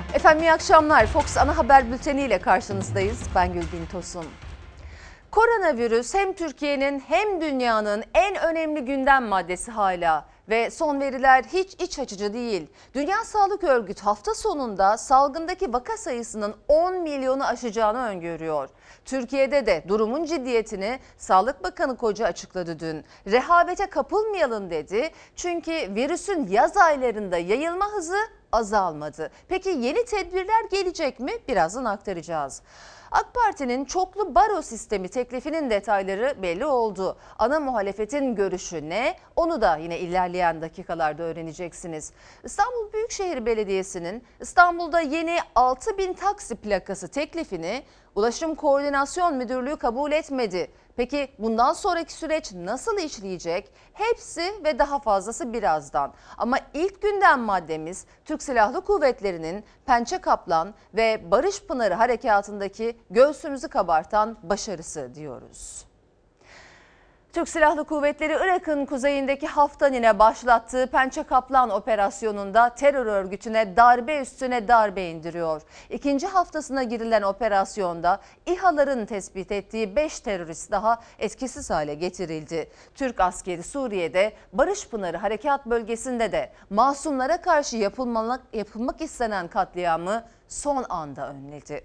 Efendim iyi akşamlar. Fox Ana Haber Bülteni ile karşınızdayız. Ben Gülbin Tosun. Koronavirüs hem Türkiye'nin hem dünyanın en önemli gündem maddesi hala ve son veriler hiç iç açıcı değil. Dünya Sağlık Örgütü hafta sonunda salgındaki vaka sayısının 10 milyonu aşacağını öngörüyor. Türkiye'de de durumun ciddiyetini Sağlık Bakanı Koca açıkladı dün. Rehavete kapılmayalım dedi çünkü virüsün yaz aylarında yayılma hızı azalmadı. Peki yeni tedbirler gelecek mi? Birazdan aktaracağız. AK Parti'nin çoklu baro sistemi teklifinin detayları belli oldu. Ana muhalefetin görüşü ne? Onu da yine ilerleyen dakikalarda öğreneceksiniz. İstanbul Büyükşehir Belediyesi'nin İstanbul'da yeni 6000 taksi plakası teklifini Ulaşım Koordinasyon Müdürlüğü kabul etmedi. Peki bundan sonraki süreç nasıl işleyecek? Hepsi ve daha fazlası birazdan. Ama ilk gündem maddemiz Türk Silahlı Kuvvetleri'nin Pençe Kaplan ve Barış Pınarı harekatındaki göğsümüzü kabartan başarısı diyoruz. Türk Silahlı Kuvvetleri Irak'ın kuzeyindeki Haftanin'e başlattığı Pençe Kaplan operasyonunda terör örgütüne darbe üstüne darbe indiriyor. İkinci haftasına girilen operasyonda İHA'ların tespit ettiği 5 terörist daha etkisiz hale getirildi. Türk askeri Suriye'de Barış Pınarı Harekat Bölgesi'nde de masumlara karşı yapılmak istenen katliamı son anda önledi.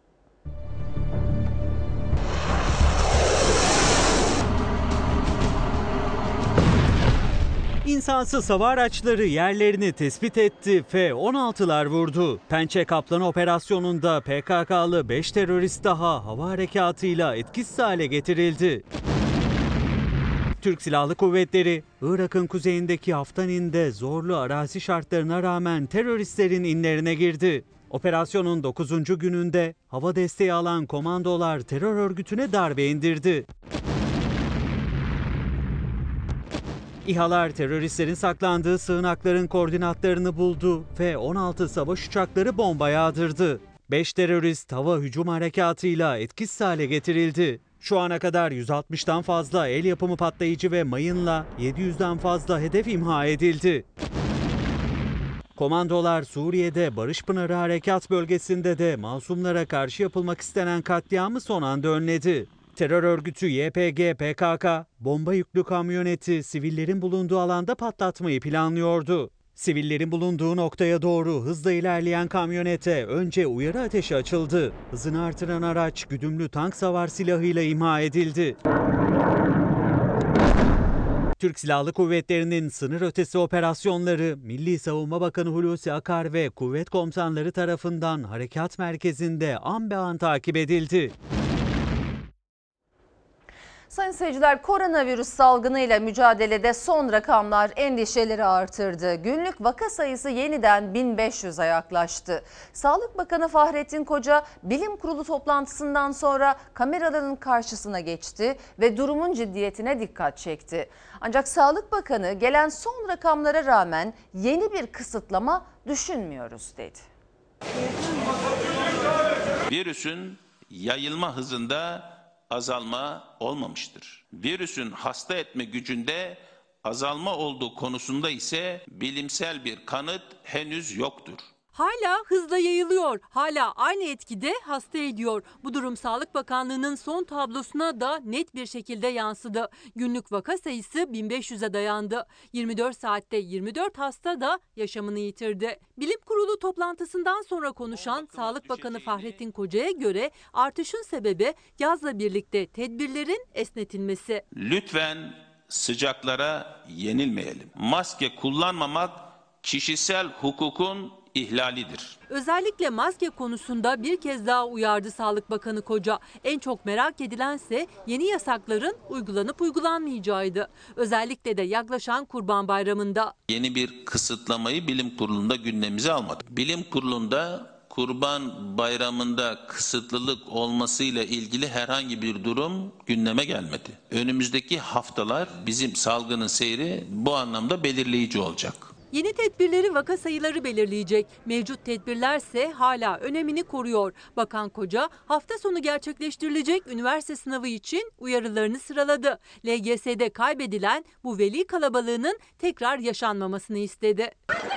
İnsansız hava araçları yerlerini tespit etti. F-16'lar vurdu. Pençe Kaplan operasyonunda PKK'lı 5 terörist daha hava harekatıyla etkisiz hale getirildi. Türk Silahlı Kuvvetleri, Irak'ın kuzeyindeki Haftanin'de zorlu arazi şartlarına rağmen teröristlerin inlerine girdi. Operasyonun 9. gününde hava desteği alan komandolar terör örgütüne darbe indirdi. İHA'lar teröristlerin saklandığı sığınakların koordinatlarını buldu ve 16 savaş uçakları bomba yağdırdı. 5 terörist hava hücum harekatıyla etkisiz hale getirildi. Şu ana kadar 160'tan fazla el yapımı patlayıcı ve mayınla 700'den fazla hedef imha edildi. Komandolar Suriye'de Barış Pınarı Harekat Bölgesi'nde de masumlara karşı yapılmak istenen katliamı son anda önledi. Terör örgütü YPG PKK bomba yüklü kamyoneti sivillerin bulunduğu alanda patlatmayı planlıyordu. Sivillerin bulunduğu noktaya doğru hızla ilerleyen kamyonete önce uyarı ateşi açıldı. Hızını artıran araç güdümlü tank savar silahıyla imha edildi. Türk Silahlı Kuvvetleri'nin sınır ötesi operasyonları Milli Savunma Bakanı Hulusi Akar ve kuvvet komutanları tarafından harekat merkezinde an be an takip edildi. Sayın seyirciler, koronavirüs salgınıyla mücadelede son rakamlar endişeleri artırdı. Günlük vaka sayısı yeniden 1500'e yaklaştı. Sağlık Bakanı Fahrettin Koca bilim kurulu toplantısından sonra kameraların karşısına geçti ve durumun ciddiyetine dikkat çekti. Ancak Sağlık Bakanı gelen son rakamlara rağmen yeni bir kısıtlama düşünmüyoruz dedi. Virüsün yayılma hızında azalma olmamıştır. Virüsün hasta etme gücünde azalma olduğu konusunda ise bilimsel bir kanıt henüz yoktur. Hala hızla yayılıyor, hala aynı etkide hasta ediyor. Bu durum Sağlık Bakanlığı'nın son tablosuna da net bir şekilde yansıdı. Günlük vaka sayısı 1500'e dayandı. 24 saatte 24 hasta da yaşamını yitirdi. Bilim Kurulu toplantısından sonra konuşan Sağlık Bakanı Fahrettin Koca'ya göre artışın sebebi yazla birlikte tedbirlerin esnetilmesi. Lütfen sıcaklara yenilmeyelim. Maske kullanmamak kişisel hukukun ihlalidir. Özellikle maske konusunda bir kez daha uyardı Sağlık Bakanı Koca. En çok merak edilense yeni yasakların uygulanıp uygulanmayacağıydı. Özellikle de yaklaşan Kurban Bayramı'nda. Yeni bir kısıtlamayı bilim kurulunda gündemimize almadık. Bilim kurulunda Kurban Bayramı'nda kısıtlılık olmasıyla ilgili herhangi bir durum gündeme gelmedi. Önümüzdeki haftalar bizim salgının seyri bu anlamda belirleyici olacak. Yeni tedbirleri vaka sayıları belirleyecek. Mevcut tedbirlerse hala önemini koruyor. Bakan Koca hafta sonu gerçekleştirilecek üniversite sınavı için uyarılarını sıraladı. LGS'de kaybedilen bu veli kalabalığının tekrar yaşanmamasını istedi.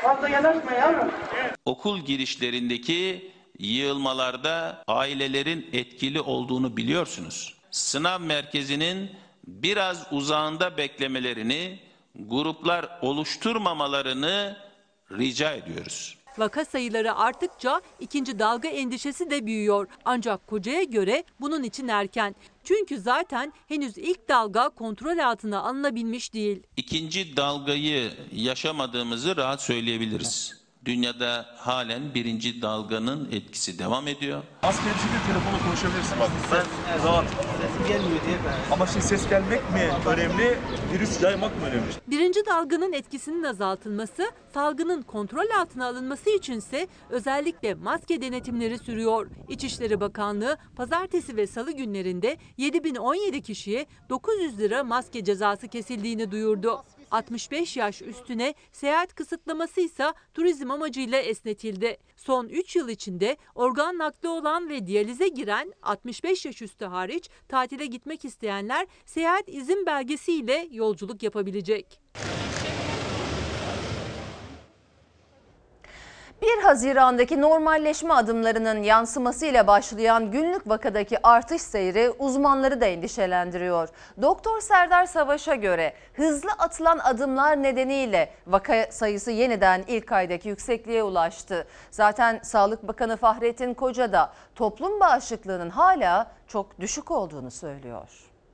Fazla yanaşma yavrum. Okul girişlerindeki yığılmalarda ailelerin etkili olduğunu biliyorsunuz. Sınav merkezinin biraz uzağında beklemelerini, gruplar oluşturmamalarını rica ediyoruz. Vaka sayıları arttıkça ikinci dalga endişesi de büyüyor. Ancak Koca'ya göre bunun için erken. Çünkü zaten henüz ilk dalga kontrol altına alınabilmiş değil. İkinci dalgayı yaşamadığımızı rahat söyleyebiliriz. Dünyada halen birinci dalganın etkisi devam ediyor. Askeri bir şekilde telefonla konuşabilirsin bak. Ben rahat. Sesim gelmiyor diye ben. Ama şimdi ses gelmek mi önemli, virüs yaymak mı önemli? Birinci dalganın etkisinin azaltılması, salgının kontrol altına alınması içinse özellikle maske denetimleri sürüyor. İçişleri Bakanlığı pazartesi ve salı günlerinde 7017 kişiye 900 lira maske cezası kesildiğini duyurdu. 65 yaş üstüne seyahat kısıtlaması ise turizm amacıyla esnetildi. Son 3 yıl içinde organ nakli olan ve diyalize giren 65 yaş üstü hariç tatile gitmek isteyenler seyahat izin belgesiyle yolculuk yapabilecek. 1 Haziran'daki normalleşme adımlarının yansımasıyla başlayan günlük vakadaki artış seyri uzmanları da endişelendiriyor. Doktor Serdar Savaş'a göre hızlı atılan adımlar nedeniyle vaka sayısı yeniden ilk aydaki yüksekliğe ulaştı. Zaten Sağlık Bakanı Fahrettin Koca da toplum bağışıklığının hala çok düşük olduğunu söylüyor.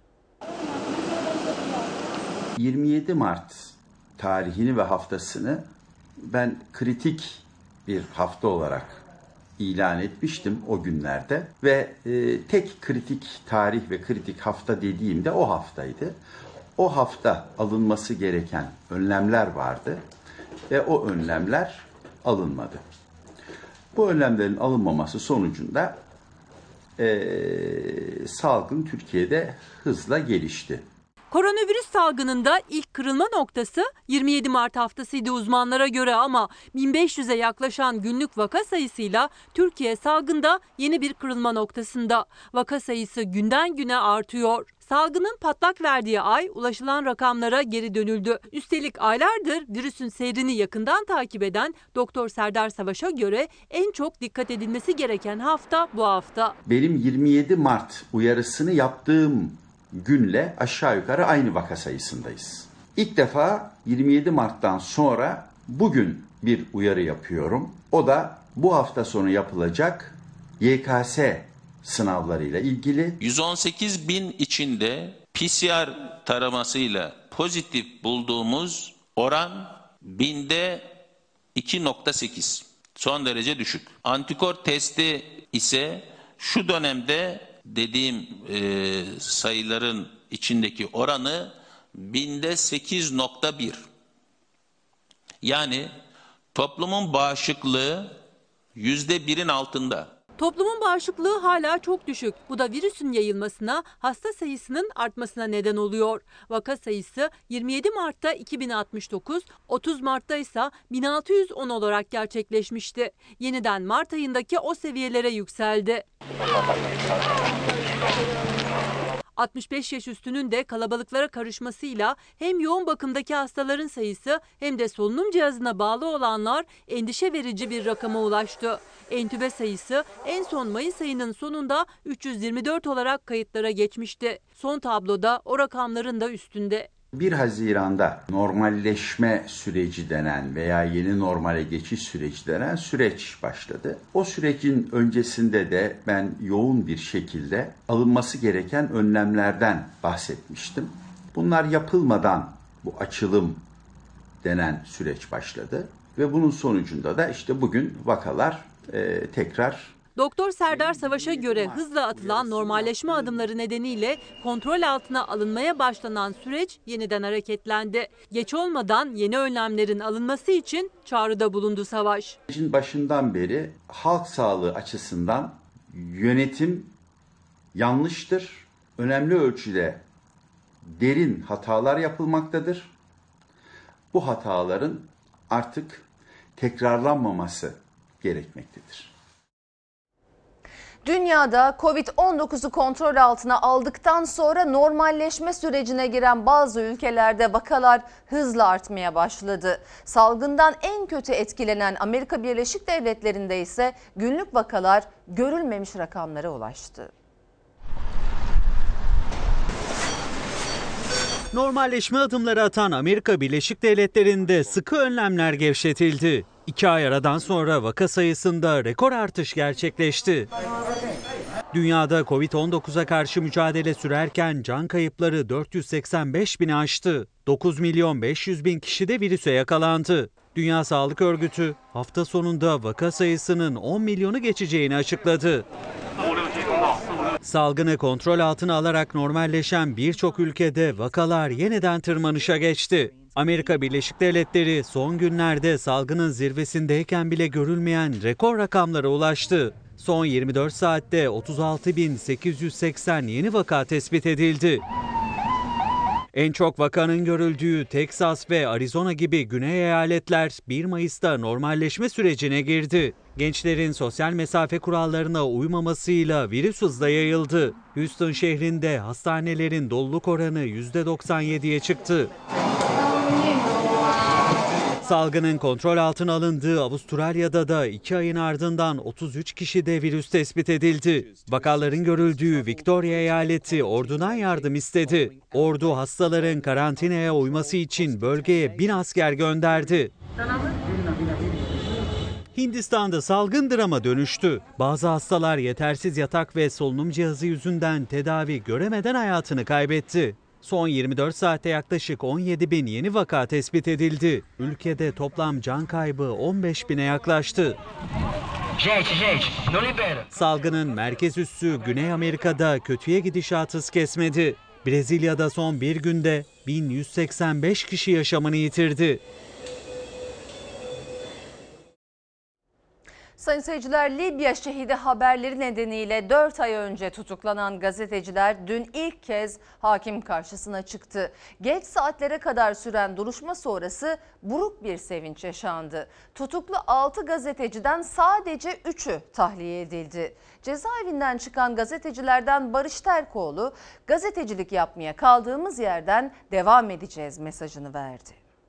27 Mart tarihini ve haftasını ben kritik bir hafta olarak ilan etmiştim o günlerde ve tek kritik tarih ve kritik hafta dediğimde o haftaydı. O hafta alınması gereken önlemler vardı ve o önlemler alınmadı. Bu önlemlerin alınmaması sonucunda salgın Türkiye'de hızla gelişti. Koronavirüs salgınında ilk kırılma noktası 27 Mart haftasıydı uzmanlara göre ama 1500'e yaklaşan günlük vaka sayısıyla Türkiye salgında yeni bir kırılma noktasında. Vaka sayısı günden güne artıyor. Salgının patlak verdiği ay ulaşılan rakamlara geri dönüldü. Üstelik aylardır virüsün seyrini yakından takip eden Doktor Serdar Savaş'a göre en çok dikkat edilmesi gereken hafta bu hafta. Benim 27 Mart uyarısını yaptığım günle aşağı yukarı aynı vaka sayısındayız. İlk defa 27 Mart'tan sonra bugün bir uyarı yapıyorum. O da bu hafta sonu yapılacak YKS sınavlarıyla ilgili. 118 bin içinde PCR taramasıyla pozitif bulduğumuz oran binde 2,8. Son derece düşük. Antikor testi ise şu dönemde dediğim sayıların içindeki oranı binde 8,1. Yani toplumun bağışıklığı %1'in altında. Toplumun bağışıklığı hala çok düşük. Bu da virüsün yayılmasına, hasta sayısının artmasına neden oluyor. Vaka sayısı 27 Mart'ta 2069, 30 Mart'ta ise 1610 olarak gerçekleşmişti. Yeniden Mart ayındaki o seviyelere yükseldi. 65 yaş üstünün de kalabalıklara karışmasıyla hem yoğun bakımdaki hastaların sayısı hem de solunum cihazına bağlı olanlar endişe verici bir rakama ulaştı. Entübe sayısı en son Mayıs ayının sonunda 324 olarak kayıtlara geçmişti. Son tabloda o rakamların da üstünde. 1 Haziran'da normalleşme süreci denen veya yeni normale geçiş süreci denen süreç başladı. O sürecin öncesinde de ben yoğun bir şekilde alınması gereken önlemlerden bahsetmiştim. Bunlar yapılmadan bu açılım denen süreç başladı ve bunun sonucunda da işte bugün vakalar tekrar. Doktor Serdar Savaş'a göre hızla atılan normalleşme adımları nedeniyle kontrol altına alınmaya başlanan süreç yeniden hareketlendi. Geç olmadan yeni önlemlerin alınması için çağrıda bulundu Savaş. Sürecin başından beri halk sağlığı açısından yönetim yanlıştır. Önemli ölçüde derin hatalar yapılmaktadır. Bu hataların artık tekrarlanmaması gerekmektedir. Dünyada Covid-19'u kontrol altına aldıktan sonra normalleşme sürecine giren bazı ülkelerde vakalar hızla artmaya başladı. Salgından en kötü etkilenen Amerika Birleşik Devletleri'nde ise günlük vakalar görülmemiş rakamlara ulaştı. Normalleşme adımları atan Amerika Birleşik Devletleri'nde sıkı önlemler gevşetildi. 2 ay aradan sonra vaka sayısında rekor artış gerçekleşti. Dünyada Covid-19'a karşı mücadele sürerken can kayıpları 485 bini aştı. 9 milyon 500 bin kişi de virüse yakalandı. Dünya Sağlık Örgütü hafta sonunda vaka sayısının 10 milyonu geçeceğini açıkladı. Salgını kontrol altına alarak normalleşen birçok ülkede vakalar yeniden tırmanışa geçti. Amerika Birleşik Devletleri son günlerde salgının zirvesindeyken bile görülmeyen rekor rakamlara ulaştı. Son 24 saatte 36.880 yeni vaka tespit edildi. En çok vakanın görüldüğü Teksas ve Arizona gibi güney eyaletler 1 Mayıs'ta normalleşme sürecine girdi. Gençlerin sosyal mesafe kurallarına uymamasıyla virüs hızla yayıldı. Houston şehrinde hastanelerin doluluk oranı %97'ye çıktı. Salgının kontrol altına alındığı Avustralya'da da 2 ayın ardından 33 kişide virüs tespit edildi. Vakaların görüldüğü Victoria eyaleti ordudan yardım istedi. Ordu hastaların karantinaya uyması için bölgeye 1000 asker gönderdi. Hindistan'da salgın drama dönüştü. Bazı hastalar yetersiz yatak ve solunum cihazı yüzünden tedavi göremeden hayatını kaybetti. Son 24 saatte yaklaşık 17 bin yeni vaka tespit edildi. Ülkede toplam can kaybı 15 bine yaklaştı. Salgının merkez üssü Güney Amerika'da kötüye gidişat hız kesmedi. Brezilya'da son bir günde 1185 kişi yaşamını yitirdi. Sayın seyirciler, Libya şehidi haberleri nedeniyle 4 ay önce tutuklanan gazeteciler dün ilk kez hakim karşısına çıktı. Geç saatlere kadar süren duruşma sonrası buruk bir sevinç yaşandı. Tutuklu 6 gazeteciden sadece 3'ü tahliye edildi. Cezaevinden çıkan gazetecilerden Barış Terkoğlu, gazetecilik yapmaya kaldığımız yerden devam edeceğiz mesajını verdi.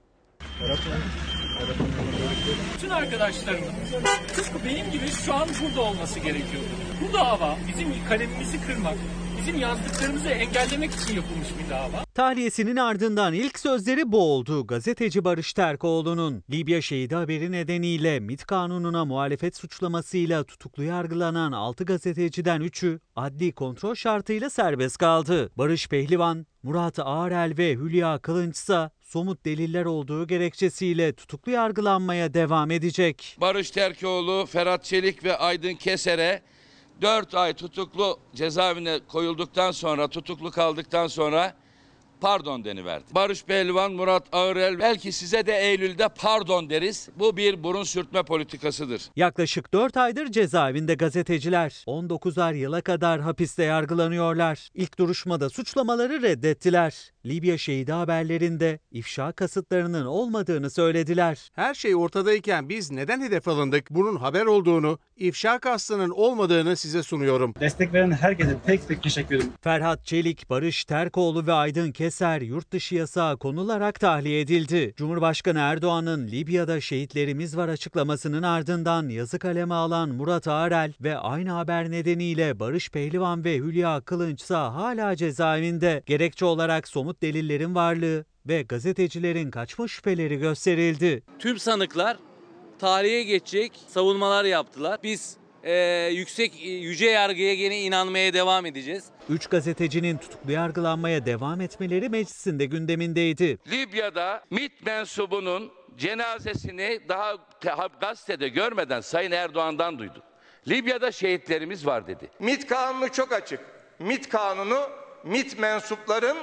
Bütün arkadaşlarımın tıpkı benim gibi şu an burada olması gerekiyordu. Bu dava bizim kalemimizi kırmak, bizim yazdıklarımızı engellemek için yapılmış bir dava. Tahliyesinin ardından ilk sözleri bu oldu. Gazeteci Barış Terkoğlu'nun Libya şehidi haberi nedeniyle MİT kanununa muhalefet suçlamasıyla tutuklu yargılanan 6 gazeteciden 3'ü adli kontrol şartıyla serbest kaldı. Barış Pehlivan, Murat Ağrel ve Hülya Kılınç ise somut deliller olduğu gerekçesiyle tutuklu yargılanmaya devam edecek. Barış Terkoğlu, Ferhat Çelik ve Aydın Keser'e 4 ay tutuklu cezaevine koyulduktan sonra, tutuklu kaldıktan sonra pardon deniverdi. Barış Pehlivan, Murat Ağrel, belki size de Eylül'de pardon deriz. Bu bir burun sürtme politikasıdır. Yaklaşık 4 aydır cezaevinde gazeteciler 19'ar yıla kadar hapiste yargılanıyorlar. İlk duruşmada suçlamaları reddettiler. Libya şehidi haberlerinde ifşa kasıtlarının olmadığını söylediler. Her şey ortadayken biz neden hedef alındık? Bunun haber olduğunu, ifşa kastının olmadığını size sunuyorum. Destek veren herkese tek tek teşekkür ederim. Ferhat Çelik, Barış Terkoğlu ve Aydın Keser yurt dışı yasağı konularak tahliye edildi. Cumhurbaşkanı Erdoğan'ın Libya'da şehitlerimiz var açıklamasının ardından yazı kaleme alan Murat Ağrel ve aynı haber nedeniyle Barış Pehlivan ve Hülya Kılınç ise hala cezaevinde. Gerekçe olarak somut delillerin varlığı ve gazetecilerin kaçma şüpheleri gösterildi. Tüm sanıklar tahliye geçecek savunmalar yaptılar. Biz yüce yargıya gene inanmaya devam edeceğiz. 3 gazetecinin tutuklu yargılanmaya devam etmeleri meclisin de gündemindeydi. Libya'da MİT mensubunun cenazesini daha gazetede görmeden Sayın Erdoğan'dan duyduk. Libya'da şehitlerimiz var dedi. MİT kanunu çok açık. MİT kanunu MİT mensupların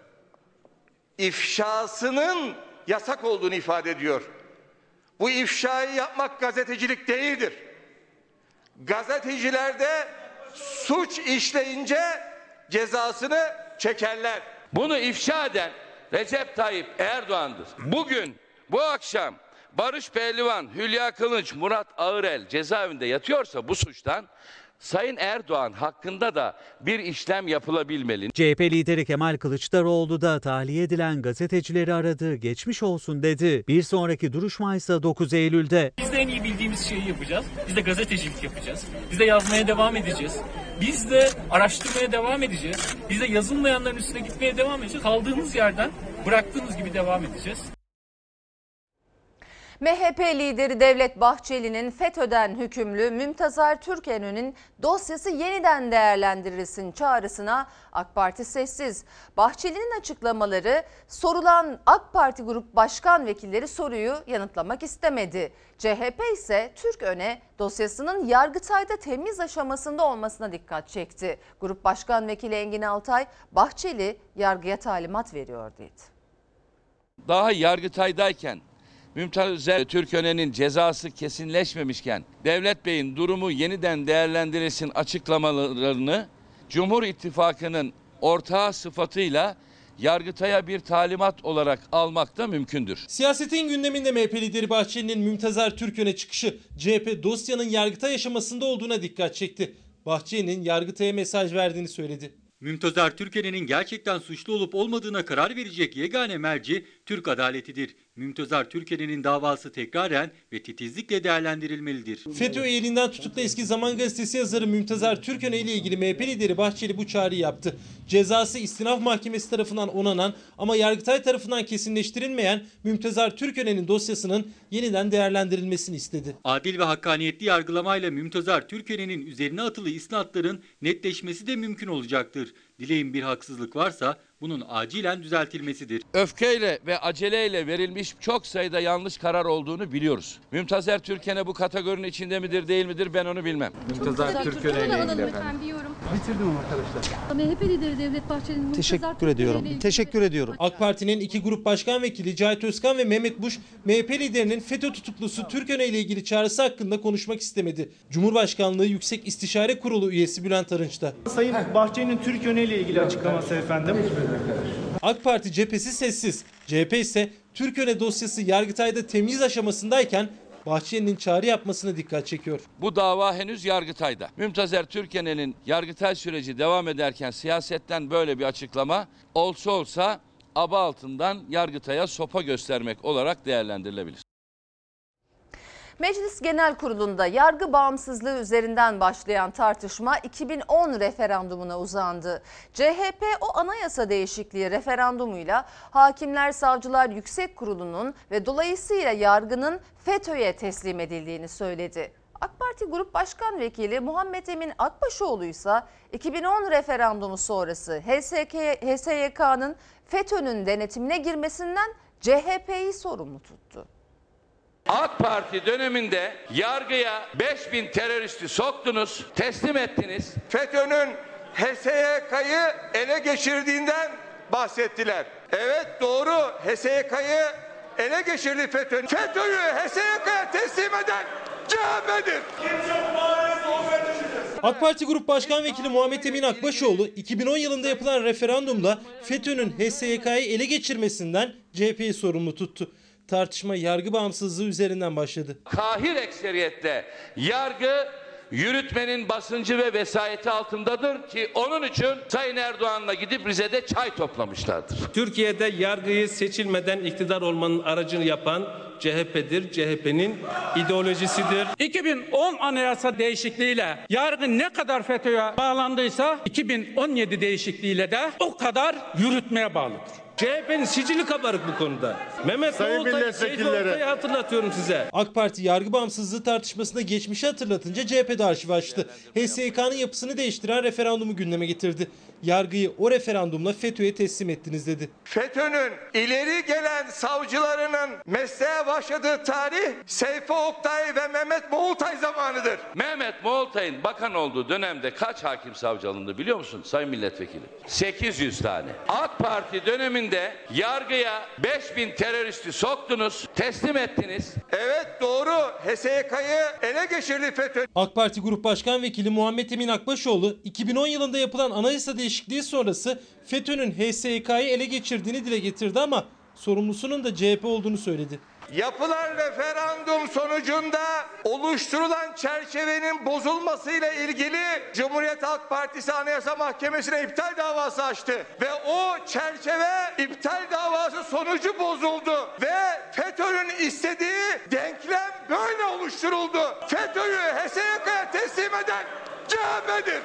ifşasının yasak olduğunu ifade ediyor. Bu ifşayı yapmak gazetecilik değildir. Gazetecilerde suç işleyince cezasını çekerler. Bunu ifşa eden Recep Tayyip Erdoğan'dır. Bugün, bu akşam Barış Pehlivan, Hülya Kılınç, Murat Ağrel cezaevinde yatıyorsa bu suçtan, Sayın Erdoğan hakkında da bir işlem yapılabilmeli. CHP lideri Kemal Kılıçdaroğlu da tahliye edilen gazetecileri aradı, geçmiş olsun dedi. Bir sonraki duruşma ise 9 Eylül'de. Biz de en iyi bildiğimiz şeyi yapacağız. Biz de gazetecilik yapacağız. Biz de yazmaya devam edeceğiz. Biz de araştırmaya devam edeceğiz. Biz de yazılmayanların üstüne gitmeye devam edeceğiz. Kaldığımız yerden bıraktığımız gibi devam edeceğiz. MHP lideri Devlet Bahçeli'nin FETÖ'den hükümlü Mümtazar Türkenö'nün dosyası yeniden değerlendirilsin çağrısına AK Parti sessiz. Bahçeli'nin açıklamaları sorulan AK Parti Grup Başkan Vekilleri soruyu yanıtlamak istemedi. CHP ise Türkön'e dosyasının Yargıtay'da temiz aşamasında olmasına dikkat çekti. Grup Başkan Vekili Engin Altay, Bahçeli yargıya talimat veriyor dedi. Daha Yargıtay'dayken Mümtazar Türköne'nin cezası kesinleşmemişken Devlet Bey'in durumu yeniden değerlendirilsin açıklamalarını Cumhur İttifakı'nın ortağı sıfatıyla Yargıtay'a bir talimat olarak almak da mümkündür. Siyasetin gündeminde MHP lideri Bahçeli'nin Mümtazar Türkön'e çıkışı CHP dosyanın Yargıtay aşamasında olduğuna dikkat çekti. Bahçeli'nin Yargıtay'a mesaj verdiğini söyledi. Mümtazar Türken'in gerçekten suçlu olup olmadığına karar verecek yegane merci Türk adaletidir. Mümtazar Türken'in davası tekraren ve titizlikle değerlendirilmelidir. FETÖ elinden tutuklu eski Zaman Gazetesi yazarı Mümtazar Türken ile ilgili MHP lideri Bahçeli bu çağrıyı yaptı. Cezası İstinaf Mahkemesi tarafından onanan ama Yargıtay tarafından kesinleştirilmeyen Mümtazar Türken'in dosyasının yeniden değerlendirilmesini istedi. Adil ve hakkaniyetli yargılamayla Mümtazar Türken'in üzerine atılı isnatların netleşmesi de mümkün olacaktır. Dileğin bir haksızlık varsa bunun acilen düzeltilmesidir. Öfkeyle ve aceleyle verilmiş çok sayıda yanlış karar olduğunu biliyoruz. Mümtazar Türken'e bu kategorinin içinde midir değil midir ben onu bilmem. Mümtazar Türken'e ile ilgili efendim. Bir yorum. Bitirdim arkadaşlar. MHP lideri Devlet Bahçeli'nin Teşekkür ediyorum. Teşekkür ediyorum. AK Parti'nin iki grup başkan vekili Cahit Özkan ve Mehmet Buş, MHP liderinin FETÖ tutuklusu Türkön'e ile ilgili çağrısı hakkında konuşmak istemedi. Cumhurbaşkanlığı Yüksek İstişare Kurulu üyesi Bülent Arınç'ta. Sayın Bahçeli'nin Türkön'e ile ilgili açıklaması efendim. AK Parti cephesi sessiz. CHP ise Türkön'e dosyası Yargıtay'da temyiz aşamasındayken Bahçeli'nin çağrı yapmasına dikkat çekiyor. Bu dava henüz Yargıtay'da. Mümtazar Türken'in Yargıtay süreci devam ederken siyasetten böyle bir açıklama olsa aba altından Yargıtay'a sopa göstermek olarak değerlendirilebilir. Meclis Genel Kurulu'nda yargı bağımsızlığı üzerinden başlayan tartışma 2010 referandumuna uzandı. CHP o anayasa değişikliği referandumuyla Hakimler Savcılar Yüksek Kurulu'nun ve dolayısıyla yargının FETÖ'ye teslim edildiğini söyledi. AK Parti Grup Başkan Vekili Muhammed Emin Akbaşoğlu ise 2010 referandumu sonrası HSYK'nın FETÖ'nün denetimine girmesinden CHP'yi sorumlu tuttu. AK Parti döneminde yargıya 5000 teröristi soktunuz, teslim ettiniz. FETÖ'nün HSYK'yı ele geçirdiğinden bahsettiler. Evet doğru, HSYK'yı ele geçirdi FETÖ. FETÖ'yü HSYK'ya teslim eden CHP'dir. AK Parti Grup Başkan Vekili Muhammed Emin Akbaşoğlu 2010 yılında yapılan referandumla FETÖ'nün HSYK'yı ele geçirmesinden CHP'yi sorumlu tuttu. Tartışma yargı bağımsızlığı üzerinden başladı. Kahir ekseriyetle yargı yürütmenin basıncı ve vesayeti altındadır ki onun için Sayın Erdoğan'la gidip Rize'de çay toplamışlardır. Türkiye'de yargıyı seçilmeden iktidar olmanın aracını yapan CHP'dir. CHP'nin ideolojisidir. 2010 anayasa değişikliğiyle yargı ne kadar FETÖ'ye bağlandıysa 2017 değişikliğiyle de o kadar yürütmeye bağlıdır. CHP'nin sicili kabarık bu konuda. Mehmet Moğoltay'ı hatırlatıyorum size. AK Parti yargı bağımsızlığı tartışmasında geçmişi hatırlatınca CHP de arşiv açtı. HSYK'nın yapısını değiştiren referandumu gündeme getirdi. Yargıyı o referandumla FETÖ'ye teslim ettiniz dedi. FETÖ'nün ileri gelen savcılarının mesleğe başladığı tarih Seyfi Oktay ve Mehmet Moğoltay zamanıdır. Mehmet Moğoltay'ın bakan olduğu dönemde kaç hakim savcı alındı biliyor musun Sayın Milletvekili? 800 tane. AK Parti döneminde yargıya 5000 teröristi soktunuz, teslim ettiniz. Evet doğru, HSYK'yı ele geçirdi FETÖ. AK Parti Grup Başkan Vekili Muhammed Emin Akbaşoğlu 2010 yılında yapılan anayasa değişikliği sonrası FETÖ'nün HSYK'yı ele geçirdiğini dile getirdi ama sorumlusunun da CHP olduğunu söyledi. Yapılan referandum sonucunda oluşturulan çerçevenin bozulmasıyla ilgili Cumhuriyet Halk Partisi Anayasa Mahkemesi'ne iptal davası açtı. Ve o çerçeve iptal davası sonucu bozuldu. Ve FETÖ'nün istediği denklem böyle oluşturuldu. FETÖ'yü HSYK'ya teslim eden CHP'dir.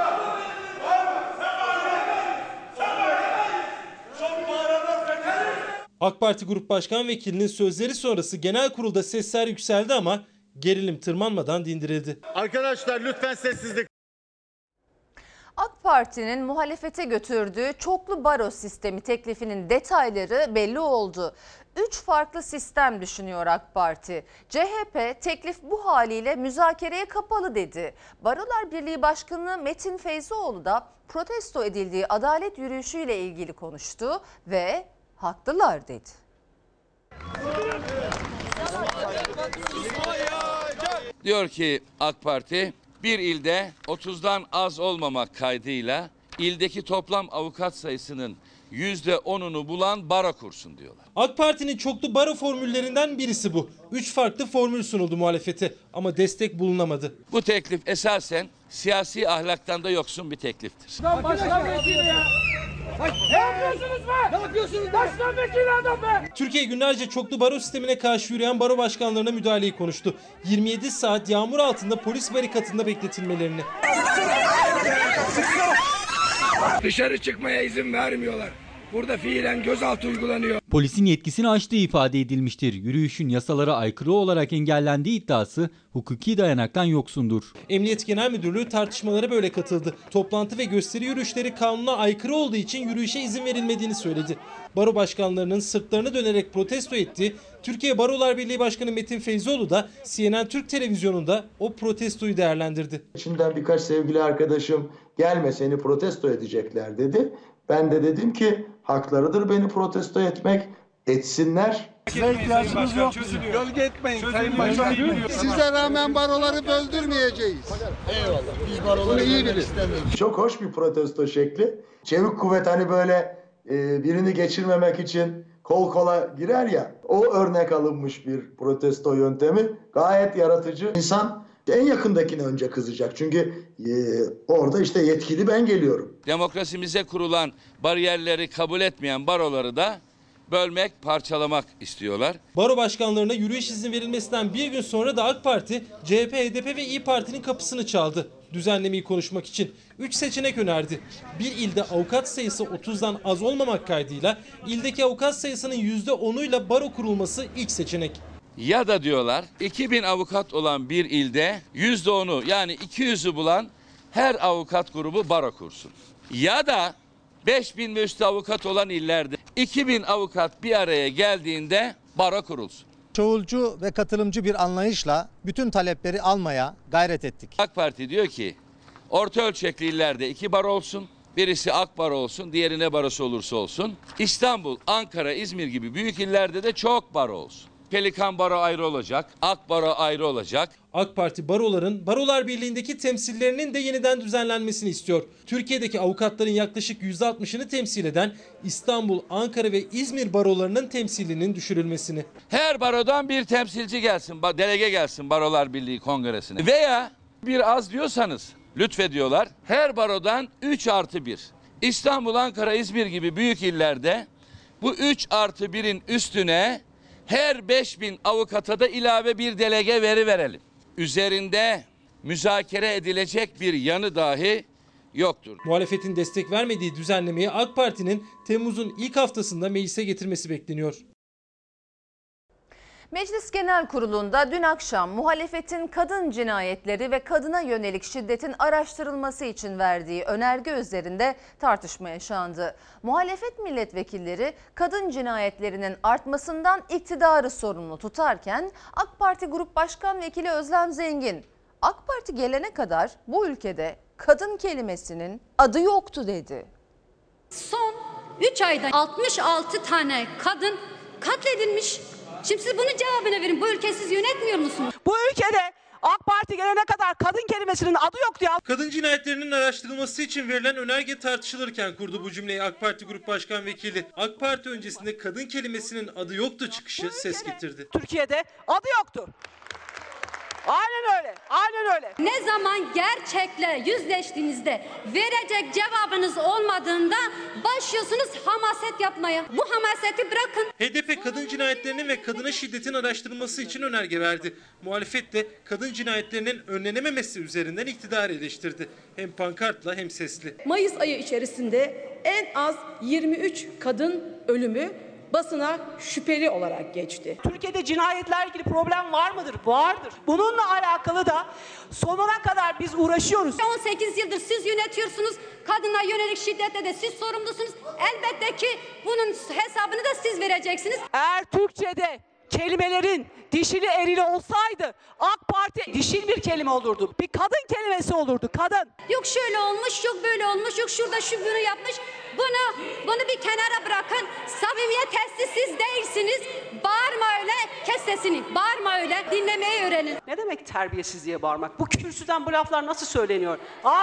AK Parti Grup Başkan Vekilinin sözleri sonrası genel kurulda sesler yükseldi ama gerilim tırmanmadan dindirildi. Arkadaşlar lütfen sessizlik. AK Parti'nin muhalefete götürdüğü çoklu baro sistemi teklifinin detayları belli oldu. 3 farklı sistem düşünüyor AK Parti. CHP teklif bu haliyle müzakereye kapalı dedi. Barolar Birliği Başkanı Metin Feyzoğlu da protesto edildiği adalet yürüyüşüyle ilgili konuştu ve haklılar dedi. Diyor ki AK Parti bir ilde 30'dan az olmamak kaydıyla ildeki toplam avukat sayısının %10'unu bulan baro kursun diyorlar. AK Parti'nin çoklu baro formüllerinden birisi bu. 3 farklı formül sunuldu muhalefete ama destek bulunamadı. Bu teklif esasen siyasi ahlaktan da yoksun bir tekliftir. Başkan vekili ya. Ne yapıyorsunuz be? Ne yapıyorsunuz? Başkan vekili adam be. Türkiye günlerce çoklu baro sistemine karşı yürüyen baro başkanlarına müdahaleyi konuştu. 27 saat yağmur altında polis barikatında bekletilmelerini. Dışarı çıkmaya izin vermiyorlar. Burada fiilen gözaltı uygulanıyor. Polisin yetkisini aştığı ifade edilmiştir. Yürüyüşün yasalara aykırı olarak engellendiği iddiası hukuki dayanaktan yoksundur. Emniyet Genel Müdürlüğü tartışmalara böyle katıldı. Toplantı ve gösteri yürüyüşleri kanuna aykırı olduğu için yürüyüşe izin verilmediğini söyledi. Baro başkanlarının sırtlarını dönerek protesto etti. Türkiye Barolar Birliği Başkanı Metin Feyzoğlu da CNN Türk Televizyonu'nda o protestoyu değerlendirdi. İçimden birkaç sevgili arkadaşım gelme seni protesto edecekler dedi. Ben de dedim ki haklarıdır beni protesto etmek, etsinler. Size ihtiyacımız yok. Gölge etmeyin Sayın Başkan. Size rağmen baroları böldürmeyeceğiz. Eyvallah. Biz baroları iyi biliriz. Çok hoş bir protesto şekli. Çevik kuvvet hani böyle birini geçirmemek için kol kola girer ya. O örnek alınmış bir protesto yöntemi. Gayet yaratıcı. İnsan en yakındakine önce kızacak. Çünkü orada işte yetkili ben geliyorum. Demokrasimize kurulan bariyerleri kabul etmeyen baroları da bölmek, parçalamak istiyorlar. Baro başkanlarına yürüyüş izni verilmesinden bir gün sonra da AK Parti, CHP, HDP ve İYİ Parti'nin kapısını çaldı. Düzenlemeyi konuşmak için 3 seçenek önerdi. Bir ilde avukat sayısı 30'dan az olmamak kaydıyla ildeki avukat sayısının %10'uyla baro kurulması ilk seçenek. Ya da diyorlar 2000 avukat olan bir ilde %10'u yani 200'ü bulan her avukat grubu baro kursun. Ya da 5000 ve üstü avukat olan illerde 2000 avukat bir araya geldiğinde baro kurulsun. Çoğulcu ve katılımcı bir anlayışla bütün talepleri almaya gayret ettik. AK Parti diyor ki orta ölçekli illerde 2 baro olsun. Birisi AK baro olsun, diğeri ne barosu olursa olsun. İstanbul, Ankara, İzmir gibi büyük illerde de çok baro olsun. Pelikan baro ayrı olacak, AK baro ayrı olacak. AK Parti baroların Barolar Birliği'ndeki temsillerinin de yeniden düzenlenmesini istiyor. Türkiye'deki avukatların yaklaşık %60'ını temsil eden İstanbul, Ankara ve İzmir barolarının temsilinin düşürülmesini. Her barodan bir temsilci gelsin, delege gelsin Barolar Birliği Kongresi'ne. Veya bir az diyorsanız lütfediyorlar. Her barodan 3+1. İstanbul, Ankara, İzmir gibi büyük illerde bu 3+1'in üstüne her 5000 avukata da ilave bir delege verelim. Üzerinde müzakere edilecek bir yanı dahi yoktur. Muhalefetin destek vermediği düzenlemeyi AK Parti'nin Temmuz'un ilk haftasında meclise getirmesi bekleniyor. Meclis Genel Kurulu'nda dün akşam muhalefetin kadın cinayetleri ve kadına yönelik şiddetin araştırılması için verdiği önerge üzerinde tartışma yaşandı. Muhalefet milletvekilleri kadın cinayetlerinin artmasından iktidarı sorumlu tutarken AK Parti Grup Başkan Vekili Özlem Zengin, AK Parti gelene kadar bu ülkede kadın kelimesinin adı yoktu dedi. Son 3 ayda 66 tane kadın katledilmiş. Şimdi siz bunun cevabını verin. Bu ülkeyi siz yönetmiyor musunuz? Bu ülkede AK Parti gelene kadar kadın kelimesinin adı yoktu ya. Kadın cinayetlerinin araştırılması için verilen önerge tartışılırken kurdu bu cümleyi AK Parti Grup Başkan Vekili. AK Parti öncesinde kadın kelimesinin adı yoktu çıkışı ses getirdi. Türkiye'de adı yoktu. Aynen öyle, aynen öyle. Ne zaman gerçekle yüzleştiğinizde verecek cevabınız olmadığında başlıyorsunuz hamaset yapmaya. Bu hamaseti bırakın. HDP kadın cinayetlerinin ve kadına şiddetin araştırılması için önerge verdi. Muhalefet de kadın cinayetlerinin önlenememesi üzerinden iktidarı eleştirdi. Hem pankartla hem sesli. Mayıs ayı içerisinde en az 23 kadın ölümü basına şüpheli olarak geçti. Türkiye'de cinayetlerle ilgili problem var mıdır? Vardır. Bununla alakalı da sonuna kadar biz uğraşıyoruz. 18 yıldır siz yönetiyorsunuz. Kadına yönelik şiddette de siz sorumlusunuz. Elbette ki bunun hesabını da siz vereceksiniz. Eğer Türkçe'de kelimelerin dişili erili olsaydı AK Parti dişil bir kelime olurdu. Bir kadın kelimesi olurdu. Kadın. Yok şöyle olmuş, yok böyle olmuş, yok şurada şu bunu yapmış. Bunu bir kenara bırakın. Samimiyet testi siz değilsiniz. Bağırma öyle, kes sesini. Bağırma öyle, dinlemeyi öğrenin. Ne demek terbiyesiz diye bağırmak? Bu kürsüden bu laflar nasıl söyleniyor?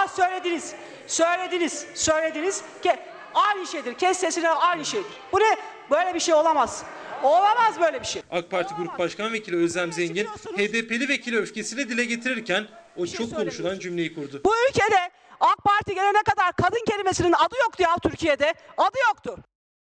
Söylediniz ki aynı şeydir. Kes sesini aynı şeydir. Bu ne? Böyle bir şey olamaz. Olamaz böyle bir şey. AK Parti Grup Başkan Vekili Özlem Zengin, HDP'li vekili öfkesini dile getirirken o çok konuşulan cümleyi kurdu. Bu ülkede AK Parti gelene kadar kadın kelimesinin adı yoktu ya Türkiye'de. Adı yoktu.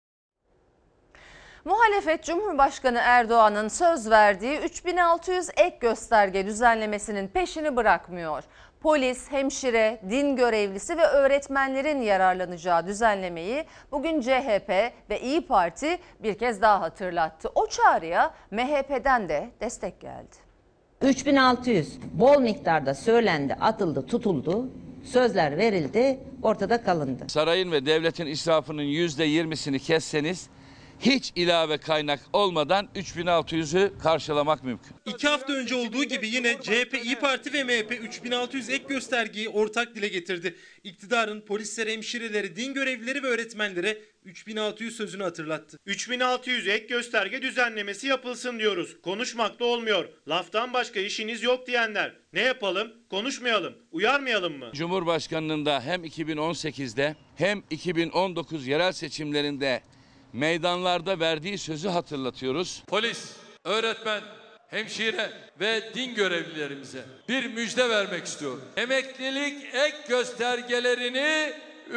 Muhalefet Cumhurbaşkanı Erdoğan'ın söz verdiği 3600 ek gösterge düzenlemesinin peşini bırakmıyor. Polis, hemşire, din görevlisi ve öğretmenlerin yararlanacağı düzenlemeyi bugün CHP ve İYİ Parti bir kez daha hatırlattı. O çağrıya MHP'den de destek geldi. 3600 bol miktarda söylendi, atıldı, tutuldu, sözler verildi, ortada kalındı. Sarayın ve devletin israfının %20'sini kesseniz hiç ilave kaynak olmadan 3600'ü karşılamak mümkün. 2 hafta önce olduğu gibi yine CHP, İYİ Parti ve MHP 3600 ek göstergeyi ortak dile getirdi. İktidarın polislere, hemşireleri, din görevlileri ve öğretmenlere 3600 sözünü hatırlattı. 3600 ek gösterge düzenlemesi yapılsın diyoruz. Konuşmakta olmuyor. Laftan başka işiniz yok diyenler. Ne yapalım? Konuşmayalım. Uyarmayalım mı? Cumhurbaşkanlığının da hem 2018'de hem 2019 yerel seçimlerinde meydanlarda verdiği sözü hatırlatıyoruz. Polis, öğretmen, hemşire ve din görevlilerimize bir müjde vermek istiyorum. Emeklilik ek göstergelerini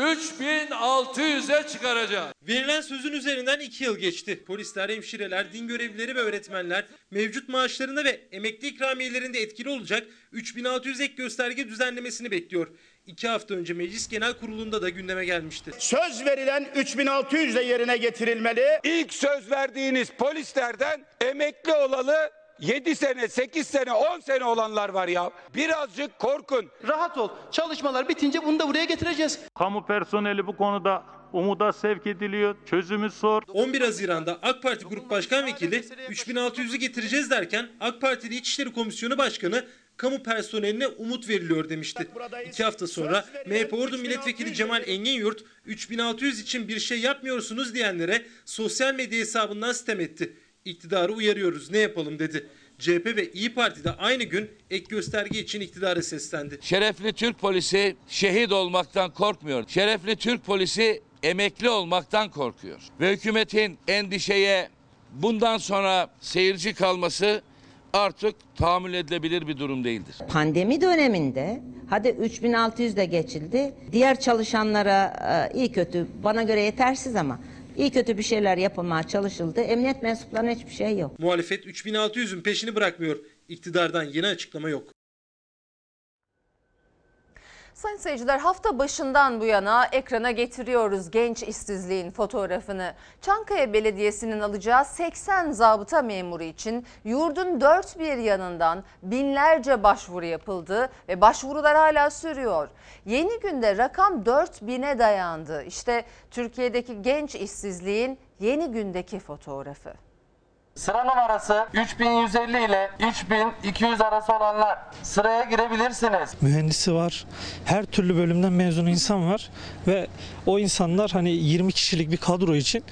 3600'e çıkaracağız. Verilen sözün üzerinden 2 yıl geçti. Polisler, hemşireler, din görevlileri ve öğretmenler mevcut maaşlarında ve emekli ikramiyelerinde etkili olacak 3600 ek gösterge düzenlemesini bekliyor. 2 hafta önce Meclis Genel Kurulu'nda da gündeme gelmişti. Söz verilen 3600 de yerine getirilmeli. İlk söz verdiğiniz polislerden emekli olalı 7 sene, 8 sene, 10 sene olanlar var ya. Birazcık korkun. Rahat ol. Çalışmalar bitince bunu da buraya getireceğiz. Kamu personeli bu konuda umuda sevk ediliyor. Çözümü zor. 11 Haziran'da AK Parti Grup Başkan Vekili 3600'ü getireceğiz derken AK Parti'de İçişleri Komisyonu Başkanı kamu personeline umut veriliyor demişti. 2 hafta sonra MHP Ordu Milletvekili Cemal Enginyurt 3600 için bir şey yapmıyorsunuz diyenlere sosyal medya hesabından sitem etti. İktidarı uyarıyoruz, ne yapalım dedi. CHP ve İYİ Parti de aynı gün ek gösterge için iktidara seslendi. Şerefli Türk polisi şehit olmaktan korkmuyor. Şerefli Türk polisi emekli olmaktan korkuyor. Ve hükümetin endişeye bundan sonra seyirci kalması artık tahammül edilebilir bir durum değildir. Pandemi döneminde hadi 3600 de geçildi. Diğer çalışanlara iyi kötü bana göre yetersiz ama iyi kötü bir şeyler yapılmaya çalışıldı. Emniyet mensuplarına hiçbir şey yok. Muhalefet 3600'ün peşini bırakmıyor. İktidardan yeni açıklama yok. Sayın seyirciler, hafta başından bu yana ekrana getiriyoruz genç işsizliğin fotoğrafını. Çankaya Belediyesi'nin alacağı 80 zabıta memuru için yurdun dört bir yanından binlerce başvuru yapıldı ve başvurular hala sürüyor. Yeni günde rakam 4000'e dayandı. İşte Türkiye'deki genç işsizliğin yeni gündeki fotoğrafı. Sıra numarası 3150 ile 3200 arası olanlar sıraya girebilirsiniz. Mühendisi var, her türlü bölümden mezun insan var ve o insanlar hani 20 kişilik bir kadro için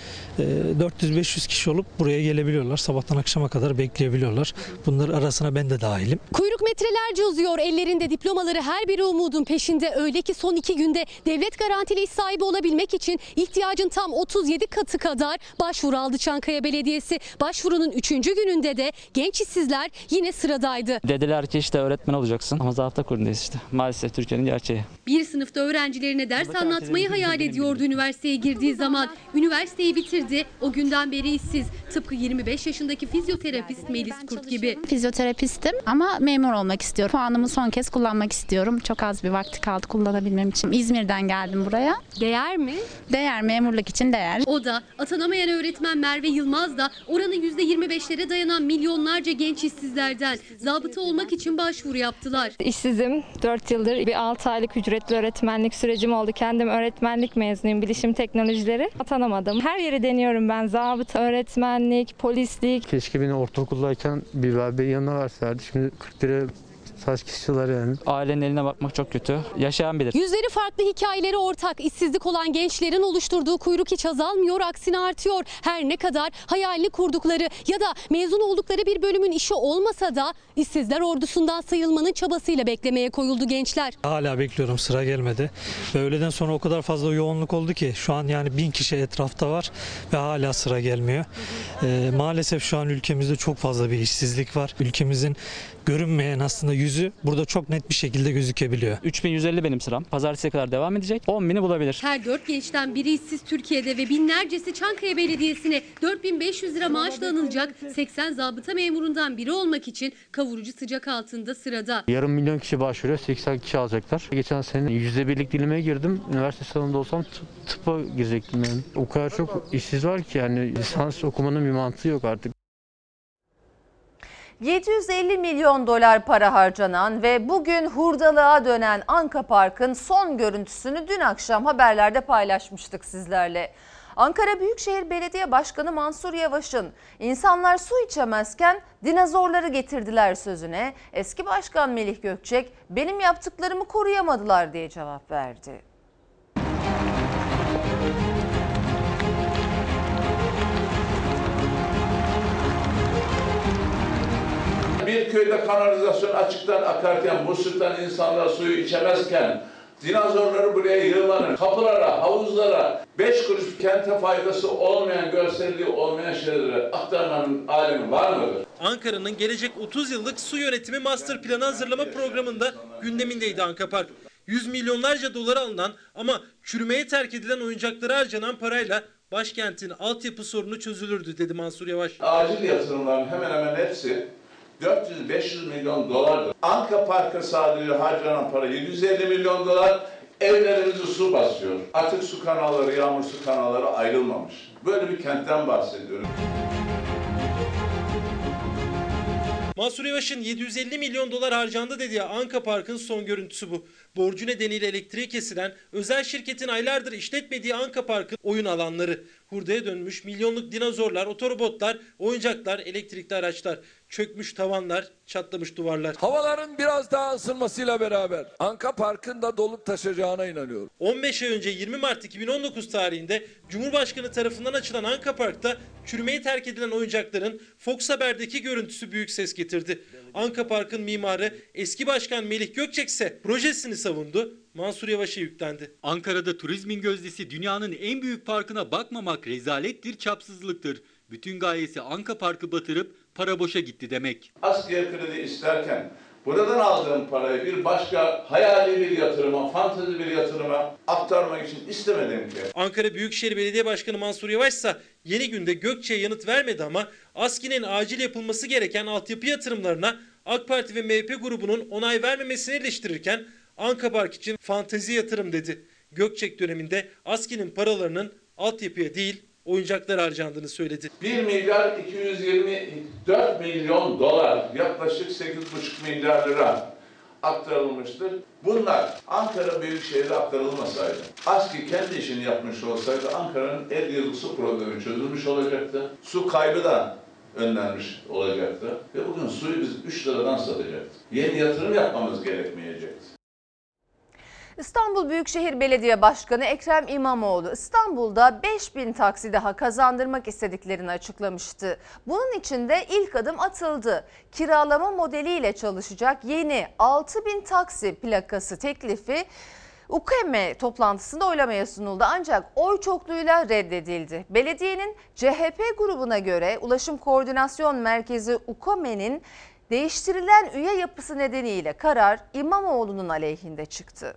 400-500 kişi olup buraya gelebiliyorlar. Sabahtan akşama kadar bekleyebiliyorlar. Bunların arasına ben de dahilim. Kuyruk metrelerce uzuyor. Ellerinde diplomaları, her biri umudun peşinde. Öyle ki son 2 günde devlet garantili iş sahibi olabilmek için ihtiyacın tam 37 katı kadar başvuru aldı Çankaya Belediyesi. Başvurunun 3. gününde de genç işsizler yine sıradaydı. Dediler ki işte öğretmen olacaksın ama zabıta kurulundayız işte. Maalesef Türkiye'nin gerçeği. Bir sınıfta öğrencilerine ders anlatmayı hayal ediyordu üniversiteye girdiği zaman. Üniversiteyi bitirdi. O günden beri işsiz. Tıpkı 25 yaşındaki fizyoterapist Melis Kurt gibi. Fizyoterapistim ama memur olmak istiyorum. Puanımı son kez kullanmak istiyorum. Çok az bir vakti kaldı kullanabilmem için. İzmir'den geldim buraya. Değer mi? Değer, memurluk için değer. O da atanamayan öğretmen Merve Yılmaz da oranın %25'lere dayanan milyonlarca genç işsizlerden. Zabıta olmak için başvuru yaptılar. İşsizim. 4 yıldır bir 6 aylık ücretli öğretmenlik sürecim oldu. Kendim öğretmenlik mezunuyum. Bilişim teknolojileri. Atanamadım. Her yeri deniyorum ben. Zabıta, öğretmenlik, polislik. Keşke beni ortaokuldayken bir bebeği yanına verselerdi. Şimdi 40 lira saç kişiler yani. Ailenin eline bakmak çok kötü. Yaşayan bilir. Yüzleri farklı, hikayeleri ortak. İşsizlik olan gençlerin oluşturduğu kuyruk hiç azalmıyor, aksine artıyor. Her ne kadar hayalini kurdukları ya da mezun oldukları bir bölümün işi olmasa da işsizler ordusundan sayılmanın çabasıyla beklemeye koyuldu gençler. Hala bekliyorum, sıra gelmedi. Ve öğleden sonra o kadar fazla yoğunluk oldu ki şu an yani 1000 kişi etrafta var ve hala sıra gelmiyor. Maalesef şu an ülkemizde çok fazla bir işsizlik var. Ülkemizin görünmeyen aslında yüzü burada çok net bir şekilde gözükebiliyor. 3150 benim sıram. Pazartesiye kadar devam edecek. 10.000'i bulabilir. Her 4 gençten biri işsiz Türkiye'de ve binlercesi Çankaya Belediyesi'ne 4500 lira maaşla anılacak 80 zabıta memurundan biri olmak için kavurucu sıcak altında sırada. Yarım milyon kişi başvuruyor, 80 kişi alacaklar. Geçen sene %1'lik dilimeye girdim. Üniversite sınavında olsam tıpa girecektim yani. O kadar çok işsiz var ki yani lisans okumanın bir mantığı yok artık. 750 milyon dolar para harcanan ve bugün hurdalığa dönen Anka Park'ın son görüntüsünü dün akşam haberlerde paylaşmıştık sizlerle. Ankara Büyükşehir Belediye Başkanı Mansur Yavaş'ın "İnsanlar su içemezken dinozorları getirdiler" sözüne eski başkan Melih Gökçek "Benim yaptıklarımı koruyamadılar" diye cevap verdi. Bir köyde kanalizasyon açıktan akarken, musluktan insanlar suyu içemezken, dinozorları buraya yığmanın, kapılara, havuzlara, 5 kuruş kente faydası olmayan, görselliği olmayan şeyleri aktarmanın alemi var mıdır? Ankara'nın gelecek 30 yıllık su yönetimi master planı hazırlama programında gündemindeydi Anka Park. 100 milyonlarca dolara alınan ama çürümeye terk edilen oyuncaklara harcanan parayla başkentin altyapı sorunu çözülürdü dedi Mansur Yavaş. Acil yatırımların hemen hemen hepsi 400-500 milyon dolardır. Anka Park'a sadece harcanan para 750 milyon dolar, evlerimizi su basıyor. Atık su kanalları, yağmur su kanalları ayrılmamış. Böyle bir kentten bahsediyorum. Mansur Yavaş'ın 750 milyon dolar harcandı dediği Anka Park'ın son görüntüsü bu. Borcu nedeniyle elektriği kesilen özel şirketin aylardır işletmediği Anka Park'ın oyun alanları. Hurdaya dönmüş milyonluk dinozorlar, otorobotlar, oyuncaklar, elektrikli araçlar. Çökmüş tavanlar, çatlamış duvarlar. Havaların biraz daha ısınmasıyla beraber Anka Park'ın da dolup taşacağına inanıyorum. 15 ay önce 20 Mart 2019 tarihinde Cumhurbaşkanı tarafından açılan Anka Park'ta çürümeye terk edilen oyuncakların Fox Haber'deki görüntüsü büyük ses getirdi. Anka Park'ın mimarı eski başkan Melih Gökçek ise projesini savundu. Mansur Yavaş'a yüklendi. Ankara'da turizmin gözdesi dünyanın en büyük parkına bakmamak rezalettir, çapsızlıktır. Bütün gayesi Anka Park'ı batırıp para boşa gitti demek. Askıya kredi isterken buradan aldığım parayı bir başka hayali bir yatırıma, fantezi bir yatırıma aktarmak için istemedim ki. Ankara Büyükşehir Belediye Başkanı Mansur Yavaş ise yeni günde Gökçe'ye yanıt vermedi ama ASKİ'nin acil yapılması gereken altyapı yatırımlarına AK Parti ve MHP grubunun onay vermemesini eleştirirken Anka Park için fantezi yatırım dedi. Gökçek döneminde ASKİ'nin paralarının altyapıya değil oyuncaklar harcandığını söyledi. 1 milyar 224 milyon dolar, yaklaşık 8,5 milyar lira aktarılmıştır. Bunlar Ankara Büyükşehir'e aktarılmasaydı, ASKİ kendi işini yapmış olsaydı Ankara'nın 50 yıllık su problemi çözülmüş olacaktı. Su kaybı da önlenmiş olacaktı. Ve bugün suyu biz 3 liradan satacaktık. Yeni yatırım yapmamız gerekmeyecekti. İstanbul Büyükşehir Belediye Başkanı Ekrem İmamoğlu İstanbul'da 5000 taksi daha kazandırmak istediklerini açıklamıştı. Bunun için de ilk adım atıldı. Kiralama modeliyle çalışacak yeni 6000 taksi plakası teklifi UKM toplantısında oylamaya sunuldu ancak oy çokluğuyla reddedildi. Belediyenin CHP grubuna göre Ulaşım Koordinasyon Merkezi UKM'nin değiştirilen üye yapısı nedeniyle karar İmamoğlu'nun aleyhinde çıktı.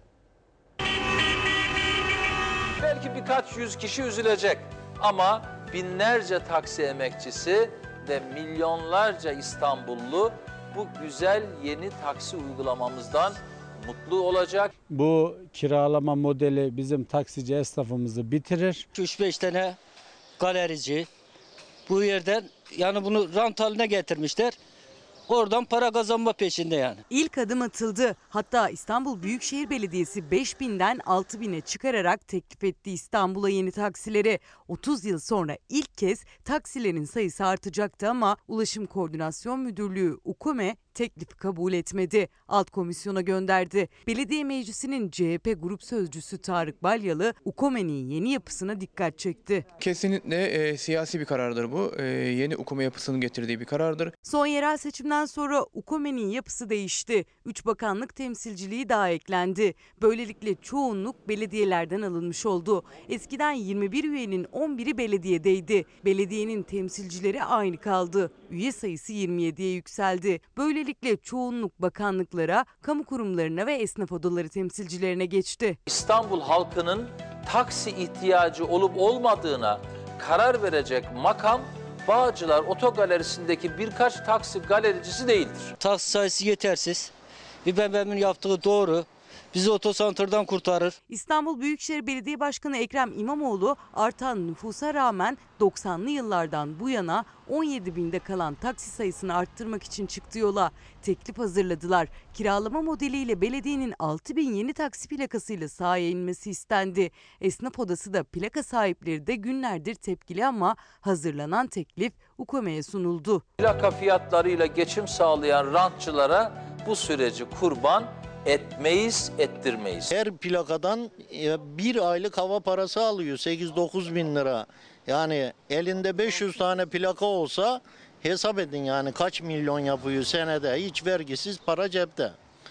Belki birkaç yüz kişi üzülecek ama binlerce taksi emekçisi ve milyonlarca İstanbullu bu güzel yeni taksi uygulamamızdan mutlu olacak. Bu kiralama modeli bizim taksici esnafımızı bitirir. 3-5 tane galerici bu yerden yani bunu rant haline getirmişler. Oradan para kazanma peşinde yani. İlk adım atıldı. Hatta İstanbul Büyükşehir Belediyesi 5000'den 6000'e çıkararak teklif etti İstanbul'a yeni taksileri. 30 yıl sonra ilk kez taksilerin sayısı artacaktı ama Ulaşım Koordinasyon Müdürlüğü UKME teklifi kabul etmedi. Alt komisyona gönderdi. Belediye Meclisi'nin CHP Grup Sözcüsü Tarık Balyalı UKME'nin yeni yapısına dikkat çekti. Kesinlikle siyasi bir karardır bu. Yeni UKME yapısının getirdiği bir karardır. Son yerel seçimden sonra UKME'nin yapısı değişti. 3 bakanlık temsilciliği daha eklendi. Böylelikle çoğunluk belediyelerden alınmış oldu. Eskiden 21 üyenin 11'i belediyedeydi. Belediyenin temsilcileri aynı kaldı. Üye sayısı 27'ye yükseldi. Böylelikle çoğunluk bakanlıklara, kamu kurumlarına ve esnaf odaları temsilcilerine geçti. İstanbul halkının taksi ihtiyacı olup olmadığına karar verecek makam Bağcılar Otogalerisindeki birkaç taksi galericisi değildir. Taksi sayısı yetersiz. İBB'nin yaptığı doğru. Bizi otosantrdan kurtarır. İstanbul Büyükşehir Belediye Başkanı Ekrem İmamoğlu artan nüfusa rağmen 90'lı yıllardan bu yana 17.000'de kalan taksi sayısını arttırmak için çıktı yola. Teklif hazırladılar. Kiralama modeliyle belediyenin 6000 yeni taksi plakasıyla sahaya inmesi istendi. Esnaf odası da plaka sahipleri de günlerdir tepkili ama hazırlanan teklif UKME'ye sunuldu. Plaka fiyatlarıyla geçim sağlayan rantçılara bu süreci kurban etmeyiz, ettirmeyiz. Her plakadan bir aylık hava parası alıyor 8-9 bin lira. Yani elinde 500 tane plaka olsa hesap edin yani kaç milyon yapıyor senede, hiç vergisiz para cepte.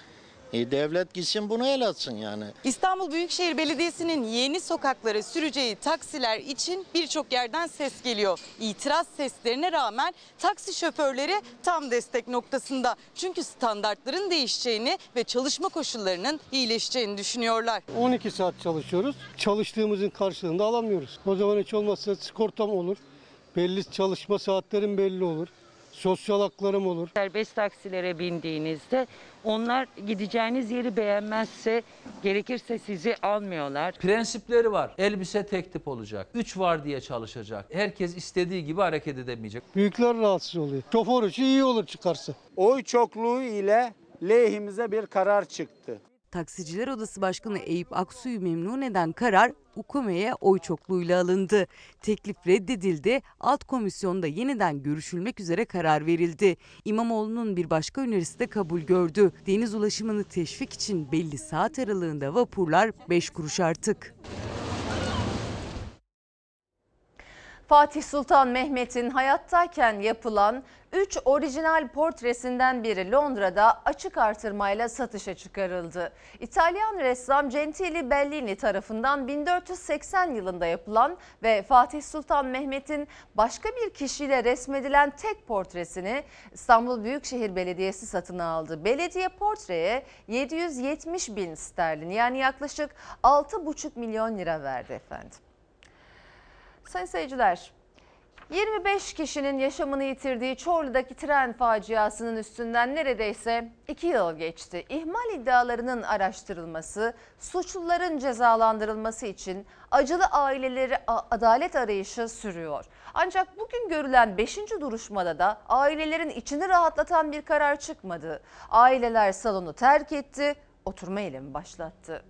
Devlet gitsin bunu el atsın yani. İstanbul Büyükşehir Belediyesi'nin yeni sokaklara süreceği taksiler için birçok yerden ses geliyor. İtiraz seslerine rağmen taksi şoförleri tam destek noktasında. Çünkü standartların değişeceğini ve çalışma koşullarının iyileşeceğini düşünüyorlar. 12 saat çalışıyoruz. Çalıştığımızın karşılığında alamıyoruz. O zaman hiç olmazsa sigortam olur. Belli çalışma saatlerim belli olur. Sosyal haklarım olur. Serbest taksilere bindiğinizde onlar gideceğiniz yeri beğenmezse gerekirse sizi almıyorlar. Prensipleri var. Elbise tek tip olacak. 3 var diye çalışacak. Herkes istediği gibi hareket edemeyecek. Büyükler rahatsız oluyor. Şoför için iyi olur çıkarsa. Oy çokluğu ile lehimize bir karar çıktı. Taksiciler Odası Başkanı Eyüp Aksu'yu memnun eden karar UKME'ye oy çokluğuyla alındı. Teklif reddedildi. Alt komisyonda yeniden görüşülmek üzere karar verildi. İmamoğlu'nun bir başka önerisi de kabul gördü. Deniz ulaşımını teşvik için belli saat aralığında vapurlar 5 kuruş artık. Fatih Sultan Mehmet'in hayattayken yapılan 3 orijinal portresinden biri Londra'da açık artırmayla satışa çıkarıldı. İtalyan ressam Gentile Bellini tarafından 1480 yılında yapılan ve Fatih Sultan Mehmet'in başka bir kişiyle resmedilen tek portresini İstanbul Büyükşehir Belediyesi satın aldı. Belediye portreye 770 bin sterlin yani yaklaşık 6,5 milyon lira verdi efendim. Sayın seyirciler, 25 kişinin yaşamını yitirdiği Çorlu'daki tren faciasının üstünden neredeyse 2 yıl geçti. İhmal iddialarının araştırılması, suçluların cezalandırılması için acılı aileleri adalet arayışı sürüyor. Ancak bugün görülen 5. duruşmada da ailelerin içini rahatlatan bir karar çıkmadı. Aileler salonu terk etti, oturma eylemi başlattı.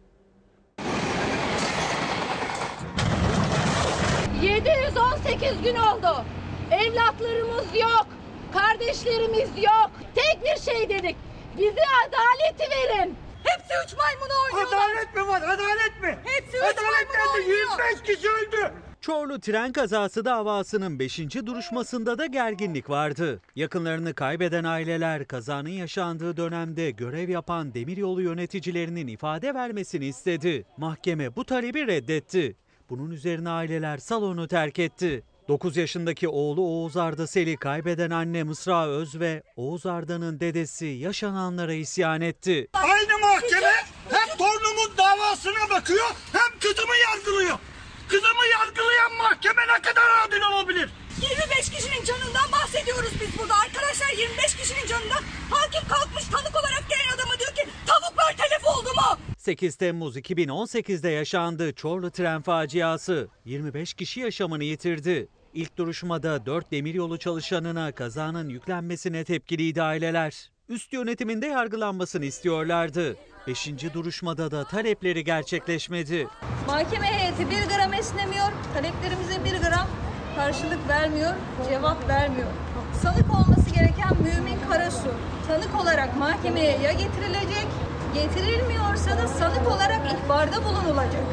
718 gün oldu. Evlatlarımız yok, kardeşlerimiz yok. Tek bir şey dedik, bize adaleti verin. Hepsi üç maymunu oynuyorlar. Adalet mi var, adalet mi? Hepsi üç Adalet maymunu nerede? oynuyor. 105 kişi öldü. Çorlu tren kazası davasının 5. duruşmasında da gerginlik vardı. Yakınlarını kaybeden aileler kazanın yaşandığı dönemde görev yapan demiryolu yöneticilerinin ifade vermesini istedi. Mahkeme bu talebi reddetti. Bunun üzerine aileler salonu terk etti. 9 yaşındaki oğlu Oğuz Arda Sel'i kaybeden anne Mısra Öz ve Oğuz Arda'nın dedesi yaşananlara isyan etti. Aynı mahkeme hem torunumun davasına bakıyor hem kızımı yargılıyor. Kızımı yargılayan mahkeme ne kadar adil olabilir? 25 kişinin canından bahsediyoruz biz burada arkadaşlar. 25 kişinin canından hakim kalkmış tanık olarak gelen adama diyor ki tavuklar telef oldu mu? 8 Temmuz 2018'de yaşandı Çorlu tren faciası. 25 kişi yaşamını yitirdi. İlk duruşmada 4 demiryolu çalışanına kazanın yüklenmesine tepkiliydi aileler. Üst yönetiminde yargılanmasını istiyorlardı. 5. duruşmada da talepleri gerçekleşmedi. Mahkeme heyeti 1 gram esnemiyor, taleplerimize 1 gram karşılık vermiyor, cevap vermiyor. Sanık olması gereken Mümin Karasu tanık olarak mahkemeye ya getirilecek, getirilmiyorsa da sanık olarak ihbarda bulunulacak.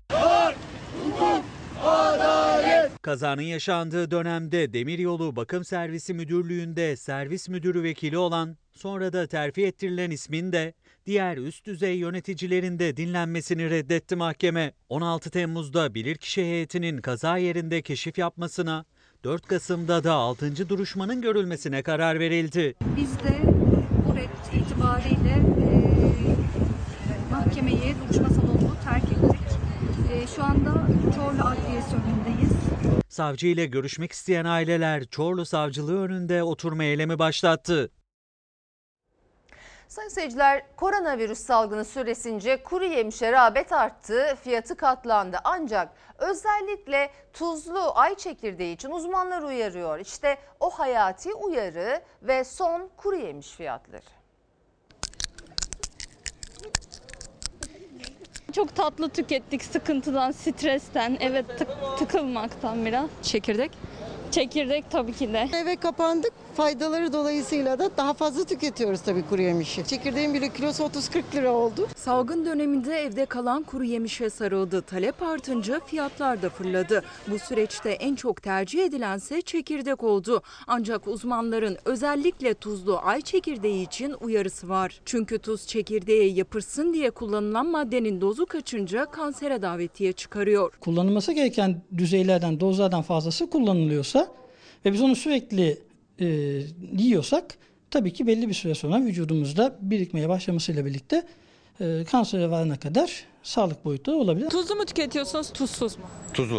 Kazanın yaşandığı dönemde Demiryolu Bakım Servisi Müdürlüğü'nde servis müdürü vekili olan, sonra da terfi ettirilen ismin de diğer üst düzey yöneticilerin de dinlenmesini reddetti mahkeme. 16 Temmuz'da bilirkişi heyetinin kaza yerinde keşif yapmasına, 4 Kasım'da da 6. duruşmanın görülmesine karar verildi. Biz de bu red itibariyle mahkemeyi, duruşma salonunu terk ettik. Şu anda Çorlu Adliyesi önündeyiz. Savcı ile görüşmek isteyen aileler Çorlu Savcılığı önünde oturma eylemi başlattı. Sayın seyirciler, koronavirüs salgını süresince kuru yemişe rağbet arttı, fiyatı katlandı. Ancak özellikle tuzlu ay çekirdeği için uzmanlar uyarıyor. İşte o hayati uyarı ve son kuru yemiş fiyatları. Çok tatlı tükettik sıkıntıdan, stresten, evet tıkılmaktan biraz. Çekirdek? Çekirdek tabii ki de. Eve kapandık. Faydaları dolayısıyla da daha fazla tüketiyoruz tabii kuru yemişi. Çekirdeğin bile kilosu 30-40 lira oldu. Salgın döneminde evde kalan kuru yemişe sarıldı. Talep artınca fiyatlar da fırladı. Bu süreçte en çok tercih edilense çekirdek oldu. Ancak uzmanların özellikle tuzlu ay çekirdeği için uyarısı var. Çünkü tuz çekirdeğe yapışsın diye kullanılan maddenin dozu kaçınca kansere davetiye çıkarıyor. Kullanılması gereken düzeylerden, dozlardan fazlası kullanılıyorsa ve biz onu sürekli yiyorsak tabii ki belli bir süre sonra vücudumuzda birikmeye başlamasıyla birlikte kansere varana kadar sağlık boyutları olabilir. Tuzlu mu tüketiyorsunuz, tuzsuz mu? Tuzlu.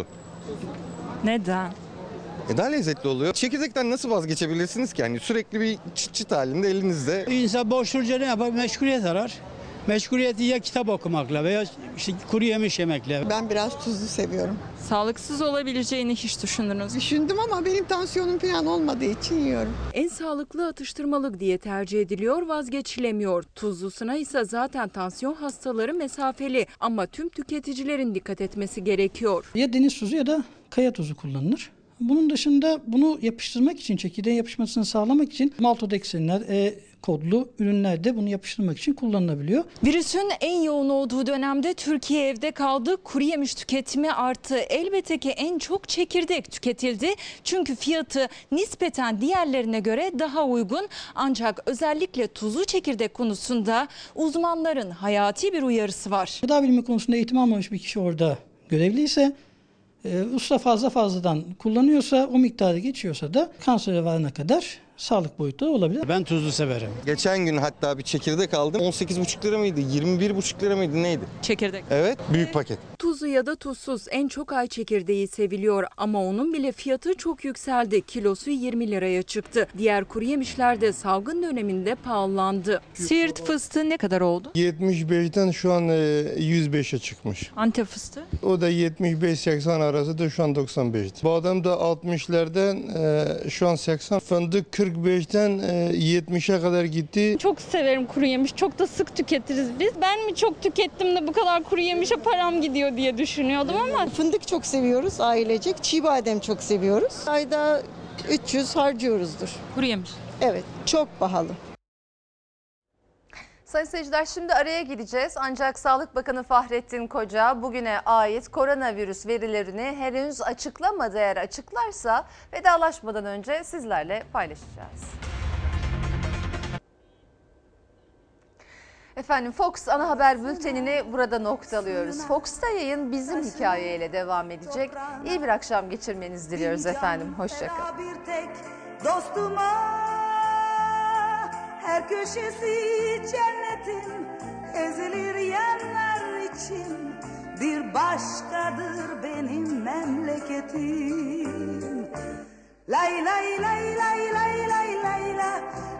Neden? Daha lezzetli oluyor. Çekirdekten nasıl vazgeçebilirsiniz ki? Yani sürekli bir çıt halinde elinizde. İnsan boş durunca ne yapar? Meşguliyet arar. Meşguliyeti ya kitap okumakla veya işte kuru yemiş yemekle. Ben biraz tuzlu seviyorum. Sağlıksız olabileceğini hiç düşündünüz mü? Düşündüm ama benim tansiyonum falan olmadığı için yiyorum. En sağlıklı atıştırmalık diye tercih ediliyor, vazgeçilemiyor. Tuzlusuna ise zaten tansiyon hastaları mesafeli ama tüm tüketicilerin dikkat etmesi gerekiyor. Ya deniz tuzu ya da kaya tuzu kullanılır. Bunun dışında bunu yapıştırmak için, çekirdeğin yapışmasını sağlamak için maltodeksinler, kodlu ürünler de bunu yapıştırmak için kullanılabiliyor. Virüsün en yoğun olduğu dönemde Türkiye evde kaldı. Kuru yemiş tüketimi arttı. Elbette ki en çok çekirdek tüketildi. Çünkü fiyatı nispeten diğerlerine göre daha uygun. Ancak özellikle tuzlu çekirdek konusunda uzmanların hayati bir uyarısı var. Gıda bilimi konusunda eğitim almamış bir kişi orada görevliyse, usta fazladan kullanıyorsa, o miktarı geçiyorsa da kansere varana kadar sağlık boyutları olabilir. Ben tuzlu severim. Geçen gün hatta bir çekirdek aldım. 18,5 lira mıydı? 21,5 lira mıydı? Neydi? Çekirdek. Evet. Büyük paket. Tuzlu ya da tuzsuz en çok ay çekirdeği seviliyor ama onun bile fiyatı çok yükseldi. Kilosu 20 liraya çıktı. Diğer kuru yemişler de salgın döneminde pahalandı. Siirt fıstığı ne kadar oldu? 75'ten şu an 105'e çıkmış. Antep fıstığı? O da 75-80 arası da şu an 95'ti. Badem de 60'lerden şu an 80. Fındık 45'ten 70'e kadar gitti. Çok severim kuru yemiş. Çok da sık tüketiriz biz. Ben mi çok tükettim de bu kadar kuru yemişe param gidiyor diye düşünüyordum ama. Fındık çok seviyoruz ailecek. Çiğ badem çok seviyoruz. Ayda 300 harcıyoruzdur. Kuru yemiş. Evet, çok pahalı. Sayın seyirciler, şimdi araya gideceğiz. Ancak Sağlık Bakanı Fahrettin Koca bugüne ait koronavirüs verilerini henüz açıklamadı. Eğer açıklarsa vedalaşmadan önce sizlerle paylaşacağız. Efendim, Fox Ana Haber Bülteni'ni burada noktalıyoruz. Fox'ta yayın Bizim Hikayeyle devam edecek. İyi bir akşam geçirmenizi diliyoruz efendim. Hoşçakalın. Bir tek dostuma, her köşesi cennetin, ezilir yerler için. Bir başkadır benim memleketim. Lay lay lay lay lay lay lay la.